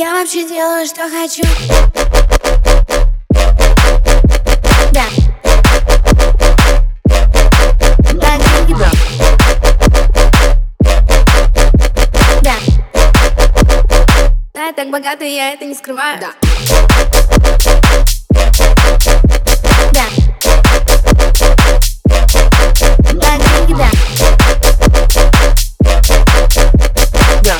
Я вообще делаю, что хочу. Да. Да, деньги, да. Да. Да, я так богата, я это не скрываю. Да. Да. Да, деньги, да. Да.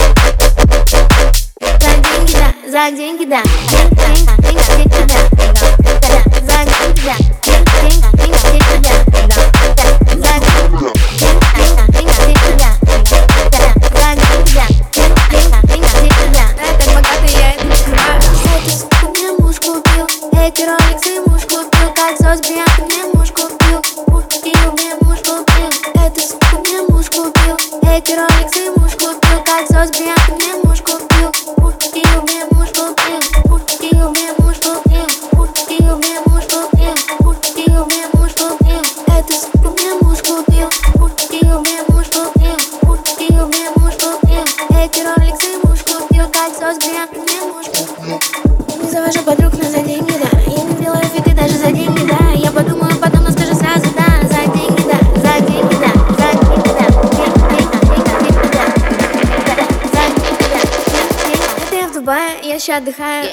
За деньги, да. Деньги, да. За деньги, да. Деньги, да. За деньги, да. За деньги, да. Да, я так богата, я это не скрываю. Эти сука мне муж купил, эти роликсы муж купил, кольцо с Бьянки мне муж купил, мне муж купил. Эти сука мне муж купил, эти роликсы муж купил, кольцо с Бьянки мне муж купил, мне муж купил, мне муж купил, мне муж купил, мне муж купил. Эти сука мне муж купил, мне муж купил, мне муж купил. Эти роликсы муж купил, кольцо с Бьянки мне муж купил. Не завожу подруг, но за деньги, да. Я не делаю фиты даже за деньги, да. Я подумаю потом, но скажу сразу, да. За деньги, да, за деньги, да. За деньги, да. Деньги, да. За деньги, да. Это я в Дубае, я сейчас отдыхаю.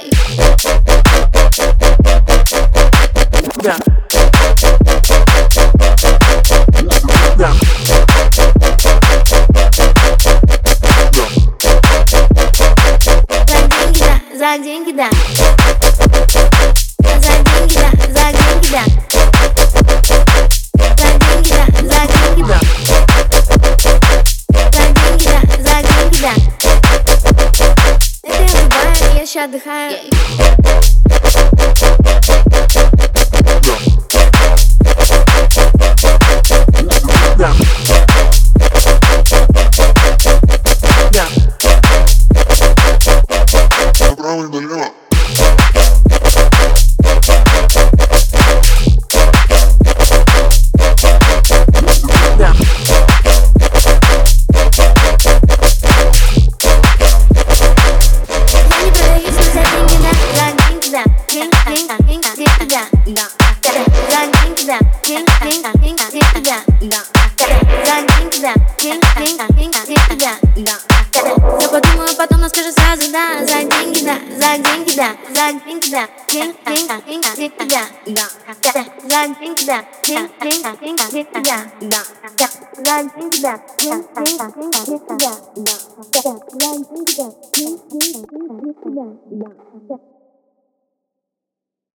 Да. Да. За деньги, да. За деньги, да. За деньги, да. За деньги, да. За деньги, да. За деньги, да. За деньги, да. Это я в Дубае, я сейчас отдыхаю. Да. Да. Направо и налево. Да. Я не продаюсь, но за деньги, да. За деньги, да. Деньги, да. За деньги, да. Деньги, да. За деньги, да. Деньги, да. Я подумаю потом, но скажу сразу, да. За деньги, да. За деньги, да. За деньги, да. Деньги, да. За деньги, да. Деньги, да. За деньги, да. За деньги, да.